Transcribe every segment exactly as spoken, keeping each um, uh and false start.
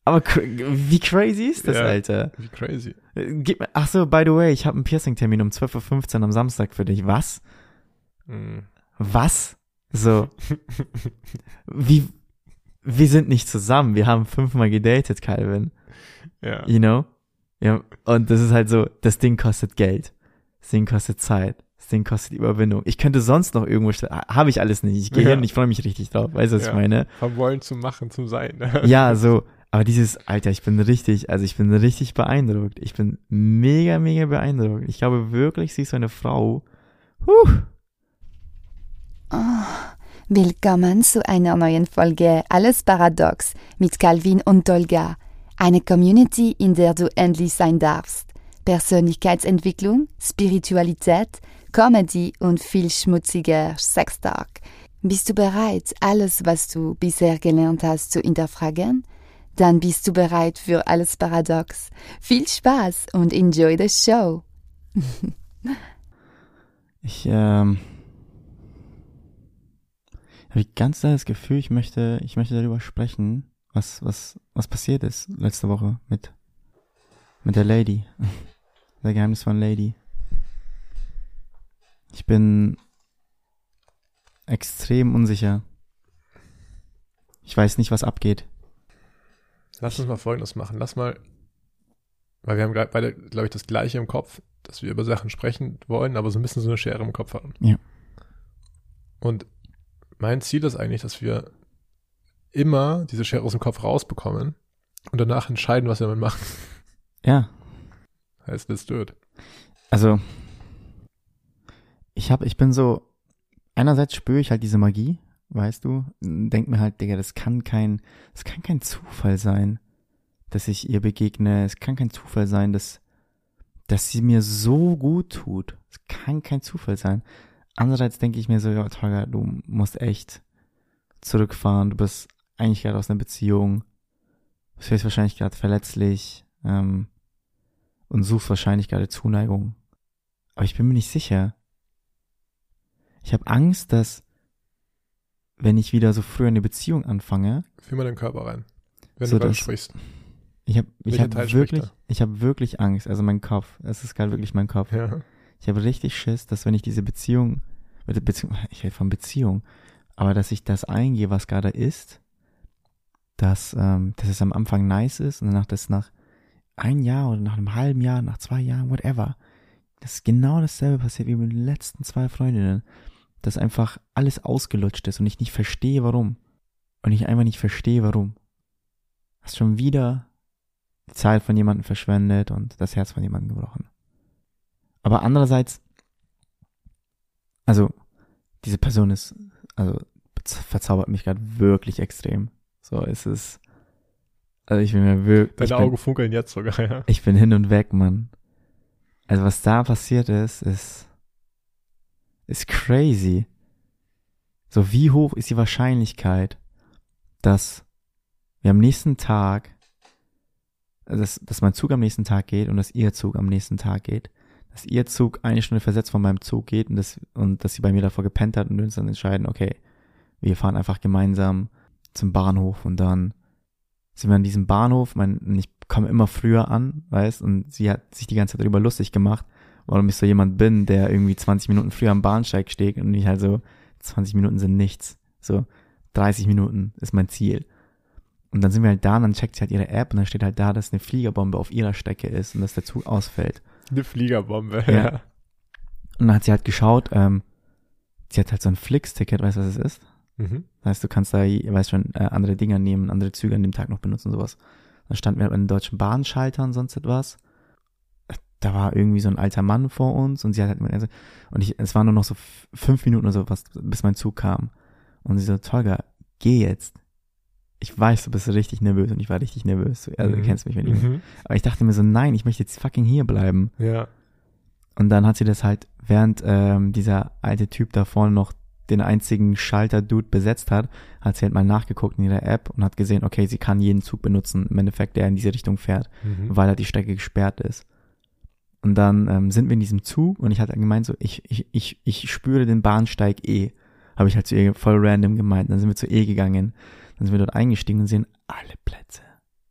Aber cr- wie crazy ist das, Ja, Alter? Wie crazy. Gib mir, ach so, by the way, ich habe einen Piercing-Termin um zwölf Uhr fünfzehn am Samstag für dich. Was? Mhm. Was? So, wie, wir sind nicht zusammen. Wir haben fünfmal gedatet, Calvin. Ja. You know? Ja, und das ist halt so, das Ding kostet Geld. Das Ding kostet Zeit. Das Ding kostet Überwindung. Ich könnte sonst noch irgendwo, habe ich alles nicht. Ich gehe Ja. hin, ich freue mich richtig drauf. Weißt du, was Ja. ich meine? Vom Wollen zum Machen zum Sein. Ja, so, aber dieses, Alter, ich bin richtig, also ich bin richtig beeindruckt. Ich bin mega, mega beeindruckt. Ich glaube wirklich, sie ist so eine Frau. Huh. Oh, willkommen zu einer neuen Folge Alles Paradox mit Calvin und Olga. Eine Community, in der du endlich sein darfst. Persönlichkeitsentwicklung, Spiritualität, Comedy und viel schmutziger Sextalk. Bist du bereit, alles, was du bisher gelernt hast, zu hinterfragen? Dann bist du bereit für Alles Paradox. Viel Spaß und enjoy the show. Ich, ähm, habe die ganze Zeit das Gefühl, ich möchte, ich möchte darüber sprechen, was, was, was passiert ist letzte Woche mit, mit der Lady. Der geheimnisvollen Lady. Ich bin extrem unsicher. Ich weiß nicht, was abgeht. Lass uns mal Folgendes machen. Lass mal, weil wir haben gerade beide, glaube ich, das Gleiche im Kopf, dass wir über Sachen sprechen wollen, aber so ein bisschen so eine Schere im Kopf haben. Ja. Und mein Ziel ist eigentlich, dass wir immer diese Schere aus dem Kopf rausbekommen und danach entscheiden, was wir damit machen. Ja. Heißt, let's do it. Also, ich hab, ich bin so, einerseits spüre ich halt diese Magie, weißt du, denk mir halt, Digga, das kann kein, das kann kein Zufall sein, dass ich ihr begegne, es kann kein Zufall sein, dass, dass sie mir so gut tut, es kann kein Zufall sein. Andererseits denke ich mir so, ja, Tolga, du musst echt zurückfahren, du bist eigentlich gerade aus einer Beziehung, du bist höchstwahrscheinlich gerade verletzlich, ähm, und suchst wahrscheinlich gerade Zuneigung. Aber ich bin mir nicht sicher. Ich habe Angst, dass, wenn ich wieder so früh eine Beziehung anfange, Fühl mal deinen Körper rein, wenn so du gerade dass- sprichst. ich habe ich Welcher hab Teil spricht wirklich, da? ich habe wirklich Angst, also mein Kopf, es ist gerade wirklich mein Kopf. Ja. Ich habe richtig Schiss, dass wenn ich diese Beziehung, Beziehung ich rede von Beziehung, aber dass ich das eingehe, was gerade ist, dass, ähm, dass es am Anfang nice ist und danach das nach ein Jahr oder nach einem halben Jahr, nach zwei Jahren, whatever, dass genau dasselbe passiert wie mit den letzten zwei Freundinnen, dass einfach alles ausgelutscht ist und ich nicht verstehe, warum. Und ich einfach nicht verstehe, warum. Hast schon wieder die Zeit von jemandem verschwendet und das Herz von jemandem gebrochen. Aber andererseits, also, diese Person ist, also, verzaubert mich gerade wirklich extrem. So, es ist, also ich bin mir wirklich, Deine ich bin, Augen funkeln jetzt sogar, ja. ich bin hin und weg, Mann. Also was da passiert ist, ist, ist crazy. So, wie hoch ist die Wahrscheinlichkeit, dass wir am nächsten Tag, also dass, dass mein Zug am nächsten Tag geht und dass ihr Zug am nächsten Tag geht, dass ihr Zug eine Stunde versetzt von meinem Zug geht und, das, und dass sie bei mir davor gepennt hat und wir uns dann entscheiden, okay, wir fahren einfach gemeinsam zum Bahnhof und dann sind wir an diesem Bahnhof, mein, ich komme immer früher an, weißt, und sie hat sich die ganze Zeit darüber lustig gemacht, warum ich so jemand bin, der irgendwie zwanzig Minuten früher am Bahnsteig steht und ich halt so, zwanzig Minuten sind nichts, so dreißig Minuten ist mein Ziel. Und dann sind wir halt da und dann checkt sie halt ihre App und dann steht halt da, dass eine Fliegerbombe auf ihrer Strecke ist und dass der Zug ausfällt. Eine Fliegerbombe, Ja. ja. Und dann hat sie halt geschaut, ähm, sie hat halt so ein Flix-Ticket, weißt du, was es ist? Mhm. Das heißt, du kannst da, weißt schon, äh, andere Dinger nehmen, andere Züge an dem Tag noch benutzen und sowas. Dann standen wir halt an den deutschen Bahnschalter und sonst etwas. Da war irgendwie so ein alter Mann vor uns und sie hat halt mit, und ich, es waren nur noch so f- fünf Minuten oder sowas, bis mein Zug kam. Und sie so, Tolga, geh jetzt. Ich weiß, du bist richtig nervös und ich war richtig nervös. Also, du Mhm. kennst mich mit ihm. Mhm. Aber ich dachte mir so, nein, ich möchte jetzt fucking hier bleiben. Ja. Und dann hat sie das halt, während ähm, dieser alte Typ da vorne noch den einzigen Schalter-Dude besetzt hat, hat sie halt mal nachgeguckt in ihrer App und hat gesehen, okay, sie kann jeden Zug benutzen, im Endeffekt, der in diese Richtung fährt, Mhm. weil halt die Strecke gesperrt ist. Und dann ähm, sind wir in diesem Zug und ich hatte gemeint so, ich, ich, ich, ich spüre den Bahnsteig E. Habe ich halt zu ihr voll random gemeint. Dann sind wir zu E gegangen. Dann sind wir dort eingestiegen und sehen alle Plätze.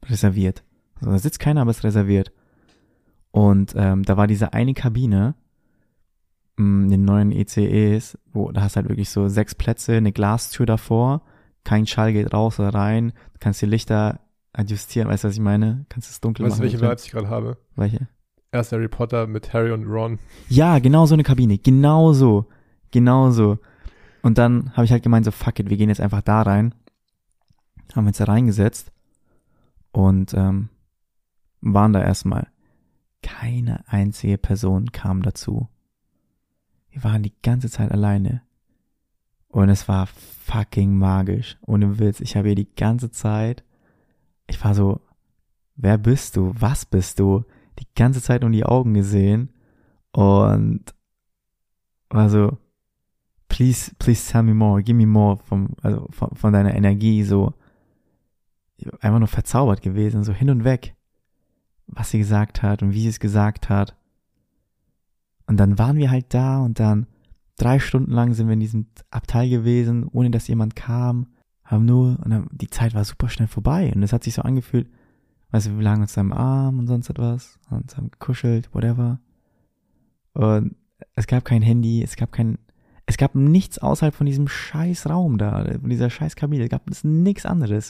reserviert. Also da sitzt keiner, aber es ist reserviert. Und ähm, da war diese eine Kabine, mh, in den neuen E C Es, wo da hast halt wirklich so sechs Plätze, eine Glastür davor, kein Schall geht raus oder rein, du kannst die Lichter adjustieren, weißt du, was ich meine? Kannst es dunkel Weißt du, machen. welche Vibes ich gerade habe? Welche? Erst Harry Potter mit Harry und Ron. Ja, genau so eine Kabine, genau so, genau so. Und dann habe ich halt gemeint, so fuck it, wir gehen jetzt einfach da rein. Haben wir uns da reingesetzt und ähm, waren da erstmal. Keine einzige Person kam dazu. Wir waren die ganze Zeit alleine. Und es war fucking magisch. Ohne Witz. Ich habe hier die ganze Zeit, ich war so, wer bist du? Was bist du? Die ganze Zeit um die Augen gesehen. Und war so, please, please tell me more. Give me more vom, also von, von deiner Energie. So, einfach nur verzaubert gewesen. So hin und weg. Was sie gesagt hat und wie sie es gesagt hat. Und dann waren wir halt da und dann drei Stunden lang sind wir in diesem Abteil gewesen, ohne dass jemand kam, haben nur, und dann, die Zeit war super schnell vorbei und es hat sich so angefühlt, weißt du, wir lagen uns am Arm und sonst etwas und haben gekuschelt, whatever. Und es gab kein Handy, es gab kein, es gab nichts außerhalb von diesem scheiß Raum da, von dieser scheiß Kabine, es gab nichts anderes.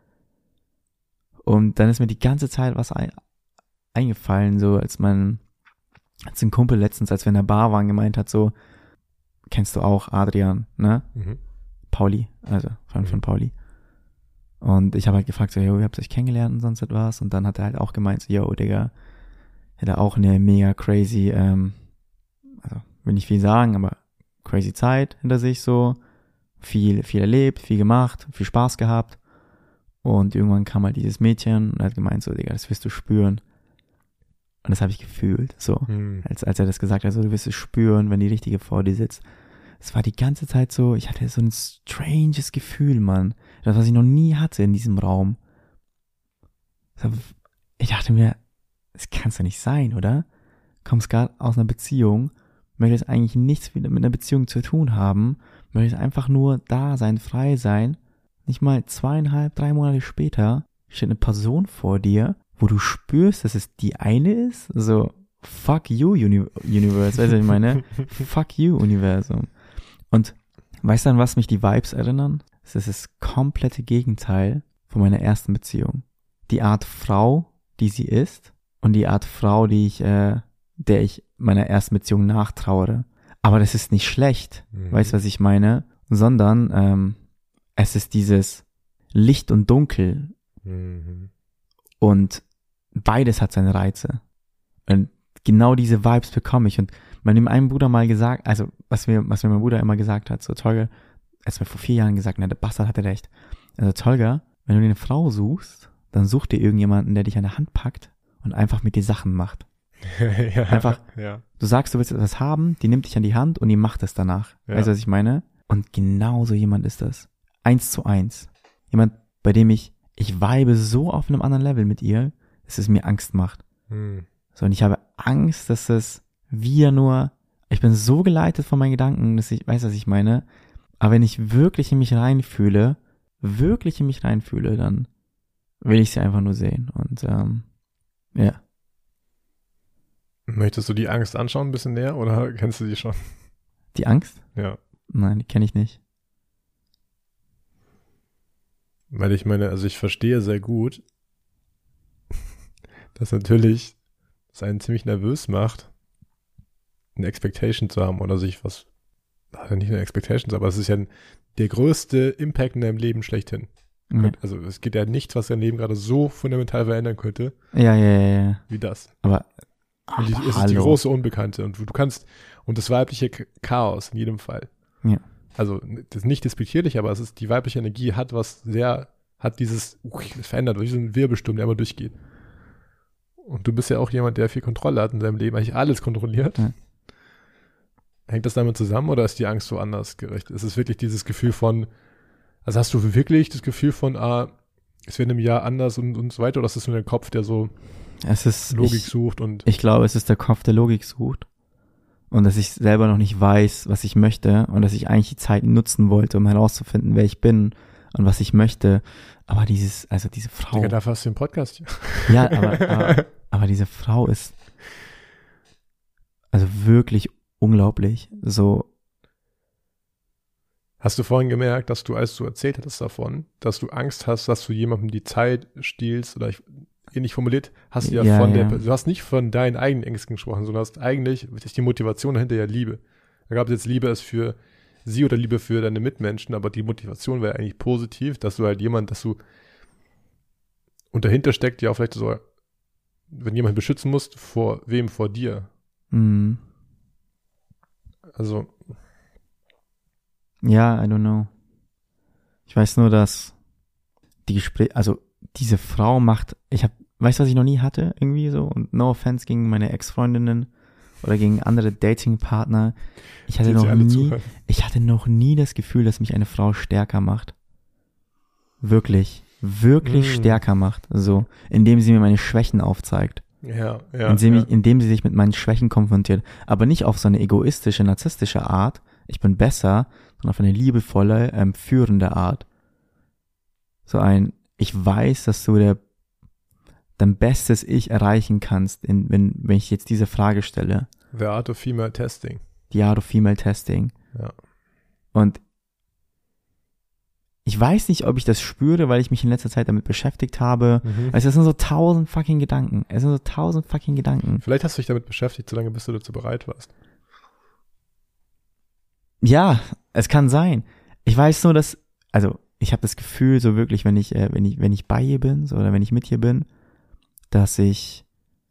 Und dann ist mir die ganze Zeit was ein, eingefallen, so als mein, als ein Kumpel letztens, als wir in der Bar waren, gemeint hat, so, kennst du auch Adrian, ne? Mhm. Pauli, also Freund mhm. von Pauli. Und ich habe halt gefragt, so, yo, ihr habt euch kennengelernt und sonst etwas. Und dann hat er halt auch gemeint, so, yo, Digga, hätte auch eine mega crazy, ähm, also will nicht viel sagen, aber crazy Zeit hinter sich so. Viel, viel erlebt, viel gemacht, viel Spaß gehabt. Und irgendwann kam halt dieses Mädchen und hat gemeint, so, Digga, das wirst du spüren. Und das habe ich gefühlt, so, hm. als, als er das gesagt hat, so, du wirst es spüren, wenn die Richtige vor dir sitzt. Es war die ganze Zeit so, ich hatte so ein stranges Gefühl, Mann. Das, was ich noch nie hatte in diesem Raum. Ich dachte mir, das kann's doch nicht sein, oder? Kommst gerade aus einer Beziehung, möchtest eigentlich nichts mit einer Beziehung zu tun haben, möchtest einfach nur da sein, frei sein. Nicht mal zweieinhalb, drei Monate später steht eine Person vor dir, wo du spürst, dass es die eine ist, so, fuck you, Uni- Universe, weißt du, was ich meine? Fuck you, Universum. Und weißt du, an was mich die Vibes erinnern? Das ist das komplette Gegenteil von meiner ersten Beziehung. Die Art Frau, die sie ist, und die Art Frau, die ich, äh, der ich meiner ersten Beziehung nachtrauere. Aber das ist nicht schlecht, mhm. weißt du, was ich meine? Sondern, ähm, es ist dieses Licht und Dunkel. Mhm. Und beides hat seine Reize. Und genau diese Vibes bekomme ich. Und mein einem Bruder mal gesagt, also was mir, was mir mein Bruder immer gesagt hat, so Tolga, als mir vor vier Jahren gesagt hat, der Bastard hatte recht. Also Tolga, wenn du dir eine Frau suchst, dann such dir irgendjemanden, der dich an der Hand packt und einfach mit dir Sachen macht. ja, einfach, ja. Du sagst, du willst etwas haben, die nimmt dich an die Hand und die macht es danach. Ja. Weißt du, was ich meine? Und genau so jemand ist das. Eins zu eins. Jemand, bei dem ich, ich vibe so auf einem anderen Level mit ihr, dass es mir Angst macht. Hm. So, und ich habe Angst, dass es wieder nur, ich bin so geleitet von meinen Gedanken, dass ich weiß, was ich meine. Aber wenn ich wirklich in mich reinfühle, wirklich in mich reinfühle, dann will ich sie einfach nur sehen. Und, ähm, ja. Möchtest du die Angst anschauen ein bisschen näher oder kennst du die schon? Die Angst? Ja. Nein, die kenne ich nicht. Weil ich meine, also ich verstehe sehr gut, dass natürlich es einen ziemlich nervös macht, eine Expectation zu haben oder sich was, also nicht eine Expectation, aber es ist ja ein, der größte Impact in deinem Leben schlechthin. Mhm. Also es gibt ja nichts, was dein Leben gerade so fundamental verändern könnte. Ja, ja, ja, ja. Wie das. Aber, und die, es ist die große Unbekannte und du, du kannst, und das weibliche Chaos in jedem Fall. Ja. Also das ist nicht despektierlich, aber es ist, die weibliche Energie hat was sehr, hat dieses, uh, es verändert, wie so ein Wirbelsturm, der immer durchgeht. Und du bist ja auch jemand, der viel Kontrolle hat in seinem Leben, eigentlich alles kontrolliert. Ja. Hängt das damit zusammen oder ist die Angst woanders gerichtet? Ist es wirklich dieses Gefühl von, also hast du wirklich das Gefühl von, ah, es wird in einem Jahr anders und, und so weiter, oder ist das nur der Kopf, der so es ist, Logik ich, sucht? Und ich glaube, es ist der Kopf, der Logik sucht. Und dass ich selber noch nicht weiß, was ich möchte und dass ich eigentlich die Zeit nutzen wollte, um herauszufinden, wer ich bin und was ich möchte. Aber dieses, also diese Frau. Digga, dafür hast du den Podcast hier. Ja, aber, aber, aber diese Frau ist also wirklich unglaublich. So. Hast du vorhin gemerkt, dass du, als du erzählt hattest davon, dass du Angst hast, dass du jemandem die Zeit stiehlst oder ich, ähnlich formuliert, hast du ja, Ja, von ja. der, du hast nicht von deinen eigenen Ängsten gesprochen, sondern hast eigentlich, ist die Motivation dahinter ja Liebe. Da gab es jetzt Liebe ist für sie oder Liebe für deine Mitmenschen, aber die Motivation wäre eigentlich positiv, dass du halt jemand, dass du und dahinter steckt ja auch vielleicht so, wenn jemand beschützen musst, vor wem? Vor dir. Mhm. Also, Ja, I don't know. Ich weiß nur, dass die Gespräche, also diese Frau macht, ich hab, weißt du, was ich noch nie hatte, irgendwie so, und no offense gegen meine Ex-Freundinnen oder gegen andere Dating-Partner. Ich hatte die sie noch alle nie, zuhören. ich hatte noch nie das Gefühl, dass mich eine Frau stärker macht. Wirklich, wirklich Mm. stärker macht, so, indem sie mir meine Schwächen aufzeigt. Ja, ja. indem, ja. ich, indem sie sich mit meinen Schwächen konfrontiert. Aber nicht auf so eine egoistische, narzisstische Art, ich bin besser, sondern auf eine liebevolle, ähm, führende Art. So ein, ich weiß, dass du der, dein bestes Ich erreichen kannst, in, wenn, wenn ich jetzt diese Frage stelle. The Art of Female Testing. Die Art of Female Testing. Ja. Und ich weiß nicht, ob ich das spüre, weil ich mich in letzter Zeit damit beschäftigt habe. Mhm. Also es sind so tausend fucking Gedanken. Es sind so tausend fucking Gedanken. Vielleicht hast du dich damit beschäftigt, solange bis du dazu bereit warst. Ja, es kann sein. Ich weiß nur, dass, also ich habe das Gefühl, so wirklich, wenn ich, äh, wenn ich, wenn ich bei ihr bin, so, oder wenn ich mit ihr bin, dass ich,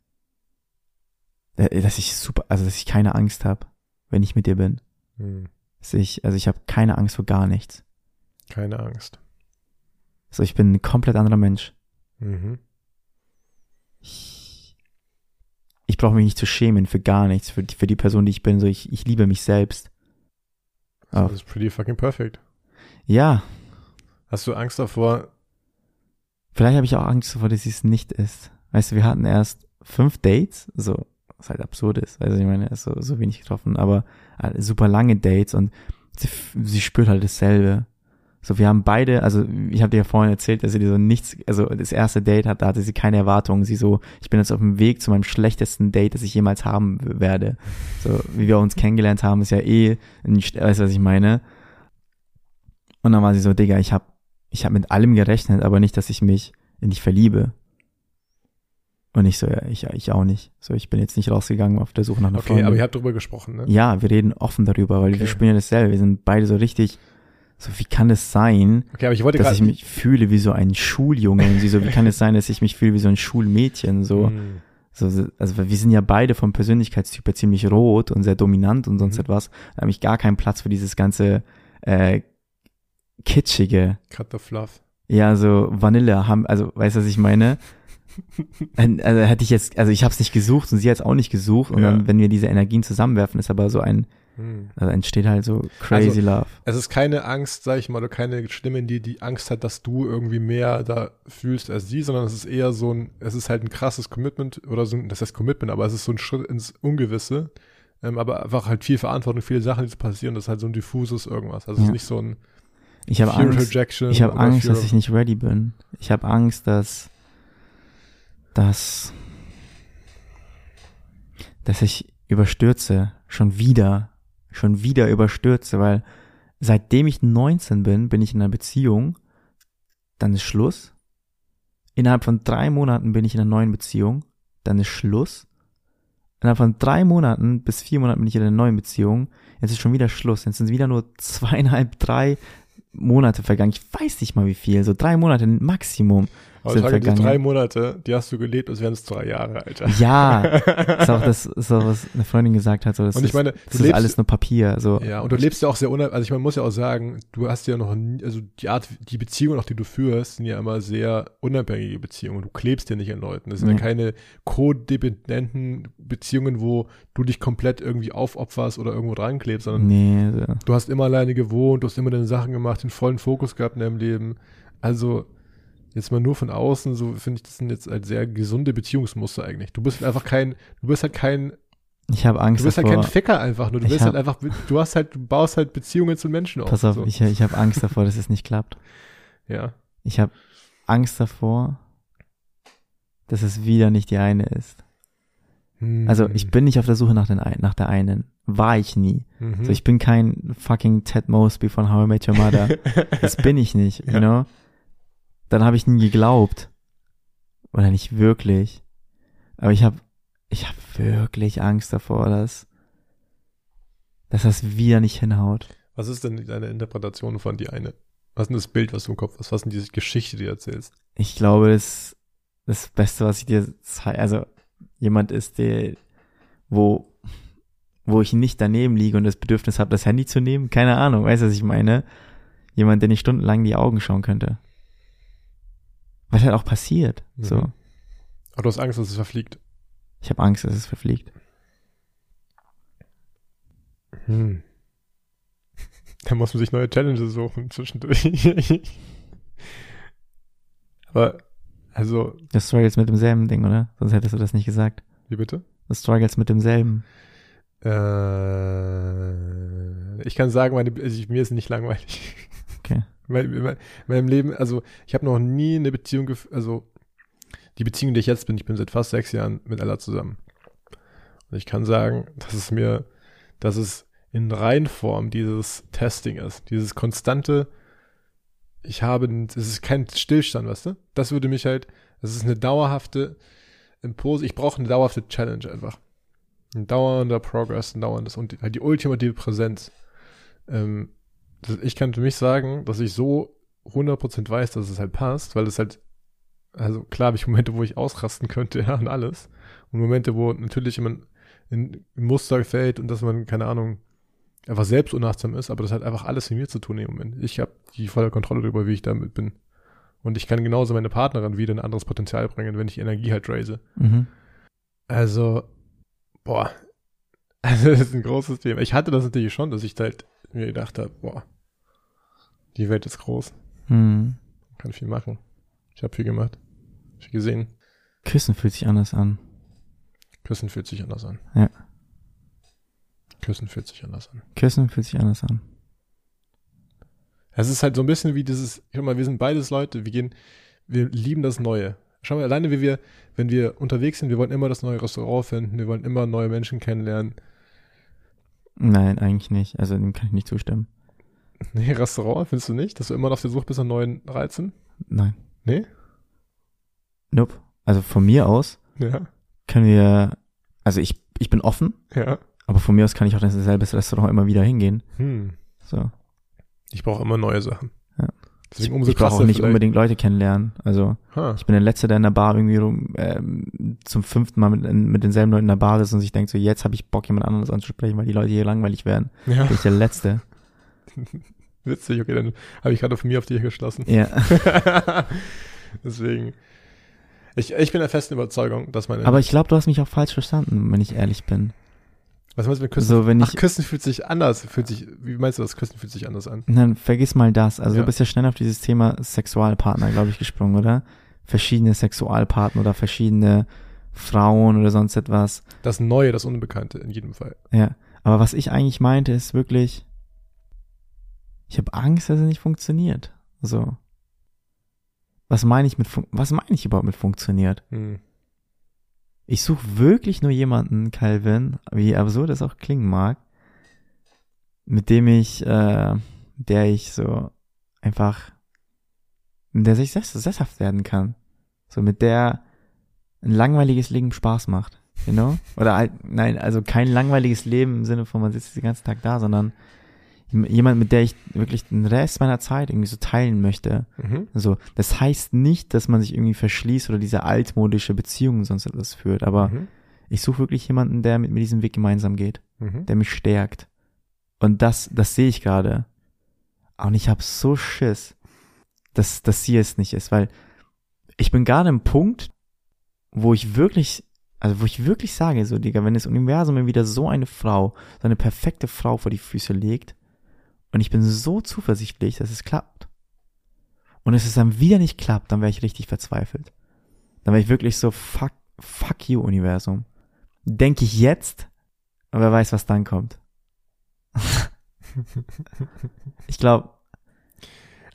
äh, dass ich super, also dass ich keine Angst habe, wenn ich mit ihr bin. Hm. Dass ich, also ich habe keine Angst vor gar nichts. Keine Angst. So, ich bin ein komplett anderer Mensch. Mhm. Ich, ich brauche mich nicht zu schämen für gar nichts, für die, für die Person, die ich bin. So, ich, ich liebe mich selbst. Das Auch. ist pretty fucking perfect. Ja, Hast du Angst davor? vielleicht habe ich auch Angst davor, dass sie es nicht ist. Weißt du, wir hatten erst fünf Dates, so, was halt absurd ist, also ich meine, so, so wenig getroffen, aber äh, super lange Dates und sie, sie spürt halt dasselbe. So, wir haben beide, also ich habe dir ja vorhin erzählt, dass sie so nichts, also das erste Date hat, da hatte sie keine Erwartungen. Sie so, ich bin jetzt auf dem Weg zu meinem schlechtesten Date, das ich jemals haben w- werde. So, wie wir uns kennengelernt haben, ist ja eh, ein, weißt du, was ich meine? Und dann war sie so, Digga, ich hab, ich hab mit allem gerechnet, aber nicht, dass ich mich in dich verliebe. Und ich so, ja, ich, ich auch nicht. So, ich bin jetzt nicht rausgegangen auf der Suche nach einer Okay, Freundin. aber ihr habt drüber gesprochen, ne? Ja, wir reden offen darüber, weil Okay. wir spüren ja dasselbe. Wir sind beide so richtig, so wie kann es sein, Okay, aber ich wollte dass gerade. ich mich fühle wie so ein Schuljunge und sie so, wie kann es sein, dass ich mich fühle wie so ein Schulmädchen, so, Hm. so, so also wir sind ja beide vom Persönlichkeitstyp her ziemlich rot und sehr dominant und sonst Mhm. etwas. Da habe ich gar keinen Platz für dieses ganze, äh, kitschige, Cut the fluff. ja, so Vanille haben, also, weißt du, was ich meine? Also hätte ich jetzt, also ich habe es nicht gesucht und sie hat es auch nicht gesucht und Ja. dann, wenn wir diese Energien zusammenwerfen, ist aber so ein, Hm. also entsteht halt so crazy love. Es ist keine Angst, sag ich mal, oder keine Stimme in dir, die Angst hat, dass du irgendwie mehr da fühlst als sie, sondern es ist eher so ein, es ist halt ein krasses Commitment oder so ein, das heißt Commitment, aber es ist so ein Schritt ins Ungewisse, ähm, aber einfach halt viel Verantwortung, viele Sachen, die so passieren, das ist halt so ein diffuses irgendwas. Also es Ja. ist nicht so ein Ich habe Fear of Angst, Rejection. ich habe oder Angst, Fear dass of- ich nicht ready bin. Ich habe Angst, dass, dass, dass ich überstürze, schon wieder, schon wieder überstürze, weil seitdem ich neunzehn bin, bin ich in einer Beziehung, dann ist Schluss. Innerhalb von drei Monaten bin ich in einer neuen Beziehung, dann ist Schluss. Innerhalb von drei Monaten bis vier Monaten bin ich in einer neuen Beziehung, jetzt ist schon wieder Schluss, jetzt sind es wieder nur zweieinhalb, drei Monate vergangen, ich weiß nicht mal wie viel, so drei Monate Maximum Aber sind ich sage, die vergangen. drei Monate, die hast du gelebt, als wären es zwei Jahre, Alter. Ja, ist auch das, ist auch was eine Freundin gesagt hat, so, das Und ich ist, meine, das du ist lebst, alles nur Papier, so. ja, und du lebst ja auch sehr unabhängig, also ich meine, man muss ja auch sagen, du hast ja noch, nie, also die Art, die Beziehungen, auch die du führst, sind ja immer sehr unabhängige Beziehungen. Du klebst ja nicht an Leuten. Das sind ja, Ja. keine codependenten Beziehungen, wo du dich komplett irgendwie aufopferst oder irgendwo dran klebst, sondern Nee, so. du hast immer alleine gewohnt, du hast immer deine Sachen gemacht, den vollen Fokus gehabt in deinem Leben. Also, jetzt mal nur von außen, so finde ich, das sind jetzt halt sehr gesunde Beziehungsmuster eigentlich. Du bist einfach kein, du bist halt kein, Ich habe Angst du bist halt davor. kein Ficker einfach nur. Du Ich bist hab- halt einfach, du hast halt, du baust halt Beziehungen zu Menschen auf. Pass auf, so. ich, ich habe Angst davor, dass es nicht klappt. Ja. Ich habe Angst davor, dass es wieder nicht die eine ist. Hm. Also ich bin nicht auf der Suche nach, den, nach der einen. War ich nie. Mhm. So, ich bin kein fucking Ted Mosby von How I Met Your Mother. Das bin ich nicht, Ja. you know? Dann habe ich nie geglaubt. Oder nicht wirklich. Aber ich habe ich hab wirklich Angst davor, dass, dass das wieder nicht hinhaut. Was ist denn deine Interpretation von die eine? Was ist denn das Bild, was du im Kopf hast? Was ist denn diese Geschichte, die du erzählst? Ich glaube, das, das Beste, was ich dir zeige, also jemand ist, der, wo, wo ich nicht daneben liege und das Bedürfnis habe, das Handy zu nehmen. Keine Ahnung, weißt du, was ich meine? Jemand, der nicht stundenlang in die Augen schauen könnte. Was halt auch passiert. Mhm. So. Aber du hast Angst, dass es verfliegt. Ich habe Angst, dass es verfliegt. Hm. Da muss man sich neue Challenges suchen zwischendurch. Aber, also, Du struggles mit demselben Ding, oder? Sonst hättest du das nicht gesagt. wie bitte? Du struggles mit demselben. Äh, ich kann sagen, meine, also ich, mir ist nicht langweilig. Okay. Mein, mein, meinem Leben, also ich habe noch nie eine Beziehung, gef- also die Beziehung, in der ich jetzt bin, ich bin seit fast sechs Jahren mit Ella zusammen. Und ich kann sagen, dass es mir, dass es in Reinform dieses Testing ist, dieses konstante, ich habe, es ist kein Stillstand, weißt du? Das würde mich halt, es ist eine dauerhafte Impuls, ich brauche eine dauerhafte Challenge einfach. Ein dauernder Progress, ein dauerndes und die, halt die ultimative Präsenz. Ähm, das, ich kann für mich sagen, dass ich so hundert Prozent weiß, dass es halt passt, weil es halt, also klar habe ich Momente, wo ich ausrasten könnte, ja, und alles. Und Momente, wo natürlich man in, in Muster fällt und dass man, keine Ahnung, einfach selbst unachtsam ist, aber das hat einfach alles mit mir zu tun im Moment. Ich habe die volle Kontrolle darüber, wie ich damit bin. Und ich kann genauso meine Partnerin wieder ein anderes Potenzial bringen, wenn ich Energie halt raise. Mhm. Also, boah, also das ist ein großes Thema. Ich hatte das natürlich schon, dass ich halt mir gedacht habe, boah, die Welt ist groß, Mhm. kann viel machen. Ich habe viel gemacht, viel gesehen. Küssen fühlt sich anders an. Küssen fühlt sich anders an. Ja. Küssen fühlt sich anders an. Küssen fühlt sich anders an. Es ist halt so ein bisschen wie dieses, guck mal, wir sind beides Leute, wir gehen, wir lieben das Neue. Schau mal, alleine wie wir, wenn wir unterwegs sind, wir wollen immer das neue Restaurant finden, wir wollen immer neue Menschen kennenlernen. Nein, eigentlich nicht. Also dem kann ich nicht zustimmen. Nee, Restaurant, findest du nicht? Dass du immer noch auf der Suche bist nach neuen Reizen? Nein. Nee? Nope. Also von mir aus Ja. können wir, also ich, ich bin offen, Ja. aber von mir aus kann ich auch in dasselbe Restaurant immer wieder hingehen. Hm. So. Ich brauche immer neue Sachen. Ja. Deswegen Ich, umso ich brauche krasser auch nicht vielleicht. unbedingt Leute kennenlernen. Also Ha. ich bin der Letzte, der in der Bar irgendwie rum, ähm, zum fünften Mal mit, mit denselben Leuten in der Bar ist und sich denkt so, jetzt habe ich Bock, jemand anderes anzusprechen, weil die Leute hier langweilig werden. Ja. Bin ich der Letzte. Witzig, okay, dann habe ich gerade von mir auf dich geschlossen. Ja. Deswegen. Ich, ich bin der festen Überzeugung, dass meine. Aber ich glaube, du hast mich auch falsch verstanden, wenn ich ehrlich bin. Was meinst du mit Küssen? So, wenn Ach, ich, Küssen fühlt sich anders. Fühlt sich, wie meinst du das? Küssen fühlt sich anders an. Nein, vergiss mal das. Also Ja. du bist ja schnell auf dieses Thema Sexualpartner, glaube ich, gesprungen, oder? Verschiedene Sexualpartner oder verschiedene Frauen oder sonst etwas. Das Neue, das Unbekannte, in jedem Fall. Ja. Aber was ich eigentlich meinte, ist wirklich, ich habe Angst, dass es nicht funktioniert. So. Was meine ich mit, fun- was meine ich überhaupt mit funktioniert? Hm. Ich suche wirklich nur jemanden, Calvin, wie absurd es auch klingen mag, mit dem ich, äh, der ich so einfach, mit der sich sess- sesshaft werden kann. So mit der ein langweiliges Leben Spaß macht, you know? Oder halt, nein, also kein langweiliges Leben im Sinne von, man sitzt den ganzen Tag da, sondern jemand, mit der ich wirklich den Rest meiner Zeit irgendwie so teilen möchte. Mhm. Also, das heißt nicht, dass man sich irgendwie verschließt oder diese altmodische Beziehung sonst etwas führt, aber Mhm. ich suche wirklich jemanden, der mit mir diesen Weg gemeinsam geht, Mhm. der mich stärkt. Und das, das sehe ich gerade. Und ich habe so Schiss, dass, dass sie es nicht ist, weil ich bin gerade im Punkt, wo ich wirklich, also wo ich wirklich sage, so, Digga, wenn das Universum mir wieder so eine Frau, so eine perfekte Frau vor die Füße legt, und ich bin so zuversichtlich, dass es klappt. Und es es dann wieder nicht klappt, dann wäre ich richtig verzweifelt. Dann wäre ich wirklich so, fuck, fuck you, Universum. Denke ich jetzt, aber wer weiß, was dann kommt. Ich glaube,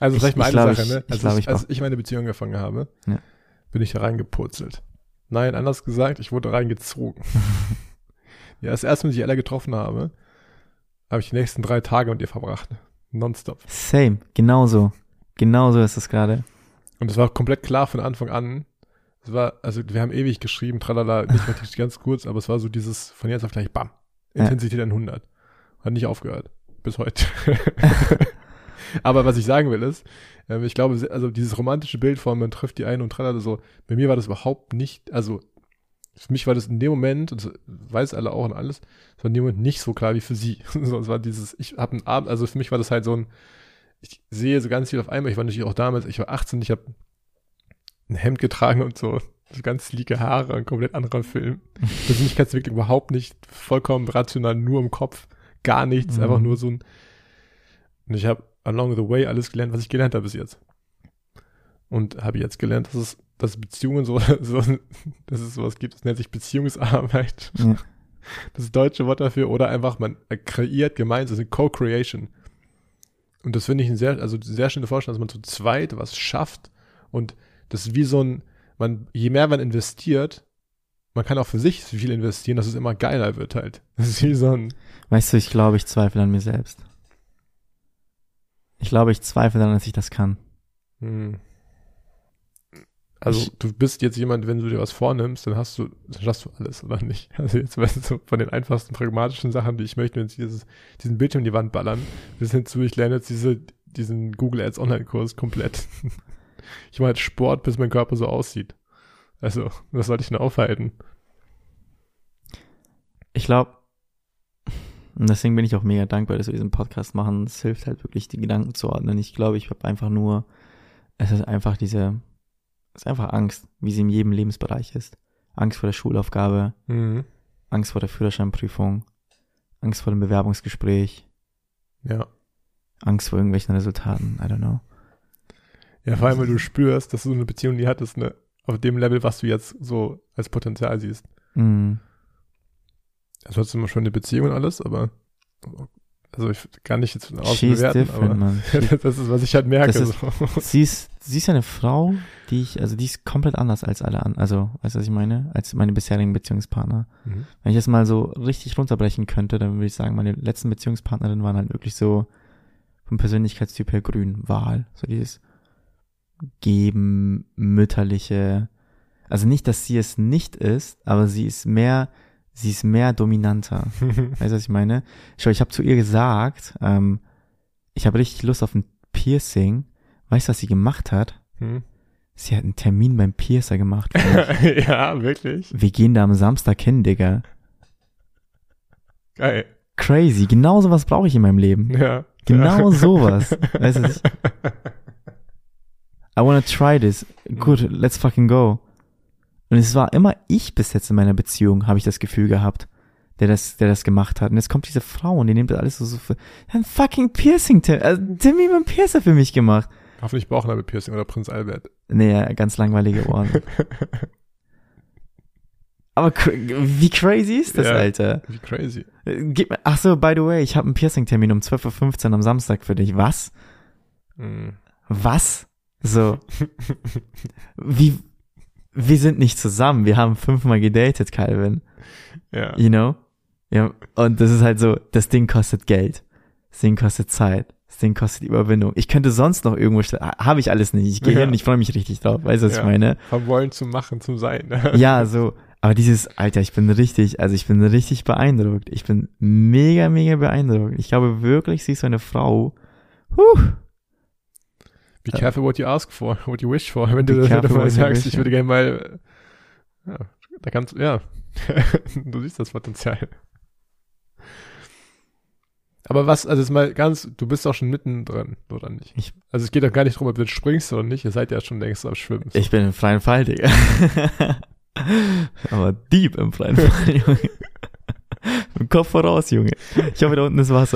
Also Ich- vielleicht mal ich eine glaub, Sache, ich- ne? ich Als glaub, ich, ich als auch. ich meine Beziehung angefangen habe, Ja. bin ich da reingepurzelt. Nein, anders gesagt, ich wurde reingezogen. Ja, das erste Mal, als ich Ella getroffen habe, habe ich die nächsten drei Tage mit ihr verbracht. Nonstop. Same, genauso. Genauso ist es gerade. Und es war komplett klar von Anfang an. Es war, also wir haben ewig geschrieben, tralala, nicht wirklich ganz kurz, aber es war so dieses von jetzt auf gleich, bam, Ja. Intensität an hundert. Hat nicht aufgehört. Bis heute. Aber was ich sagen will ist, ähm, ich glaube, se- also dieses romantische Bild von man trifft die eine und tralala, so, bei mir war das überhaupt nicht, also für mich war das in dem Moment, und das weiß alle auch und alles, es war in dem Moment nicht so klar wie für sie. So, es war dieses, ich habe einen Abend, also für mich war das halt so ein, ich sehe so ganz viel auf einmal, ich war natürlich auch damals, ich war achtzehn, ich habe ein Hemd getragen und so, so ganz sleeke Haare, ein komplett anderer Film. Persönlichkeitsentwicklung überhaupt nicht, vollkommen rational, nur im Kopf, gar nichts, Mhm. einfach nur so ein, und ich habe along the way alles gelernt, was ich gelernt habe bis jetzt. Und habe jetzt gelernt, dass es, dass Beziehungen so, so, dass es sowas gibt, das nennt sich Beziehungsarbeit. Ja. Das deutsche Wort dafür, oder einfach, man kreiert gemeinsam, das ist eine Co-Creation. Und das finde ich ein sehr, also sehr schöne Vorstellung, dass man zu zweit was schafft und das ist wie so ein, man, je mehr man investiert, man kann auch für sich viel investieren, dass es immer geiler wird halt. Das ist wie so ein, Weißt du, ich glaube, ich zweifle an mir selbst. Ich glaube, ich zweifle daran, dass ich das kann. hm. Also Ich- du bist jetzt jemand, wenn du dir was vornimmst, dann hast du, dann schaffst du alles, oder nicht? Also jetzt weißt du, so von den einfachsten pragmatischen Sachen, die ich möchte, wenn sie dieses, diesen Bildschirm in die Wand ballern, bis hin zu, ich lerne jetzt diese, diesen Google Ads Online-Kurs komplett. Ich mache halt Sport, bis mein Körper so aussieht. Also, was sollte ich denn aufhalten? Ich glaube, und deswegen bin ich auch mega dankbar, dass wir diesen Podcast machen. Es hilft halt wirklich, die Gedanken zu ordnen. Ich glaube, ich habe einfach nur, es ist einfach diese, es ist einfach Angst, wie sie in jedem Lebensbereich ist. Angst vor der Schulaufgabe, Mhm. Angst vor der Führerscheinprüfung, Angst vor dem Bewerbungsgespräch, Ja. Angst vor irgendwelchen Resultaten, I don't know. Ja, vor allem, weil du spürst, dass du so eine Beziehung nie hattest, ne? Auf dem Level, was du jetzt so als Potenzial siehst. Mm. Also hast du immer schon eine Beziehung und alles, aber also ich kann nicht jetzt von außen She's bewerten, different, aber man. das ist, was ich halt merke. Das ist- so. Sie ist, sie ist eine Frau, die ich, also die ist komplett anders als alle anderen, also, weißt du, was ich meine? Als meine bisherigen Beziehungspartner. Mhm. Wenn ich das mal so richtig runterbrechen könnte, dann würde ich sagen, meine letzten Beziehungspartnerinnen waren halt wirklich so vom Persönlichkeitstyp her grün, Wahl. So dieses Geben, mütterliche, also nicht, dass sie es nicht ist, aber sie ist mehr, sie ist mehr dominanter. Weißt du, was ich meine? Schau, ich habe zu ihr gesagt, ähm, ich habe richtig Lust auf ein Piercing. Weißt du, was sie gemacht hat? Hm. Sie hat einen Termin beim Piercer gemacht. für mich. Ja, wirklich. Wir gehen da am Samstag hin, Digga. Geil. Crazy. Genau sowas brauche ich in meinem Leben. Ja. Genau ja. sowas. Weißt du, ich- I wanna try this. Gut, let's fucking go. Und es war immer ich bis jetzt in meiner Beziehung, habe ich das Gefühl gehabt, der das, der das gemacht hat. Und jetzt kommt diese Frau und die nimmt das alles so, so für, ein fucking Piercing, Tim. Also, Tim hat einen Piercer für mich gemacht. Hoffentlich Bauchnabelpiercing oder Prinz Albert. Nee, ja, ganz langweilige Ohren. Aber cr- wie crazy ist das, Ja. Alter? Wie crazy. Äh, Gib mir, ach so, by the way, ich habe einen Piercing-Termin um zwölf Uhr fünfzehn am Samstag für dich. Was? Mhm. Was? So. Wie, wir sind nicht zusammen. Wir haben fünfmal gedatet, Calvin. Ja. You know? Ja, und das ist halt so, das Ding kostet Geld. Das Ding kostet Zeit. Das Ding kostet Überwindung. Ich könnte sonst noch irgendwo, st- habe ich alles nicht. Ich gehe Ja. hin und ich freue mich richtig drauf. Weißt du, was Ja. ich meine? Vom Wollen zum Machen, zum Sein. Ja, so, aber dieses, Alter, ich bin richtig, also ich bin richtig beeindruckt. Ich bin mega, mega beeindruckt. Ich glaube wirklich, sie ist so eine Frau. Huh. Be careful what you ask for, what you wish for. Wenn du, Be wenn du careful mal what you sagst, wish, ich würde gerne mal, ja, da kannst du, ja, du siehst das Potenzial. Aber was, also jetzt mal ganz, du bist auch schon mittendrin, oder nicht? Ich- also es geht doch gar nicht darum, ob du jetzt springst oder nicht, ihr seid ja schon längst am Schwimmen. Ich bin im freien Fall, Digga. Aber deep im freien Fall, Junge. Mit dem Kopf voraus, Junge. Ich hoffe, da unten ist Wasser.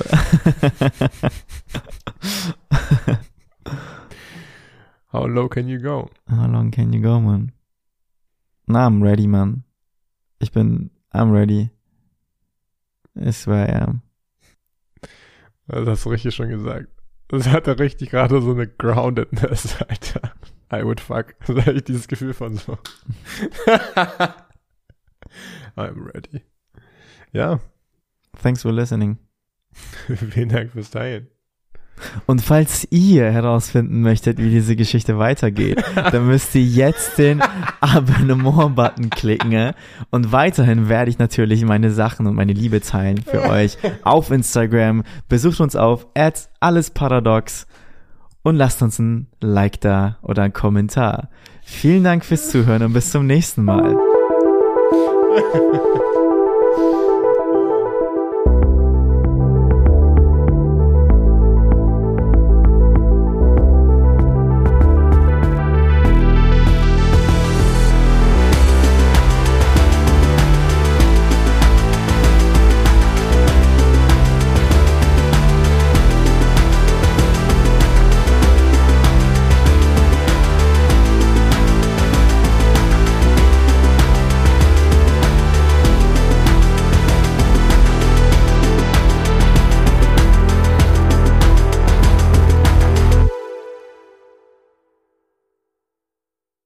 How low can you go? How long can you go, man? Na, I'm ready, man. Ich bin, I'm ready. It's where I am. Das hast du richtig schon gesagt. Das hatte richtig gerade so eine Groundedness, Alter. I would fuck. Das habe ich dieses Gefühl von so. I'm ready. Ja. Thanks for listening. Vielen Dank fürs Teilen. Und falls ihr herausfinden möchtet, wie diese Geschichte weitergeht, dann müsst ihr jetzt den Abonnement-Button klicken. Und weiterhin werde ich natürlich meine Sachen und meine Liebe teilen für euch auf Instagram. Besucht uns auf at allesparadox und lasst uns ein Like da oder einen Kommentar. Vielen Dank fürs Zuhören und bis zum nächsten Mal.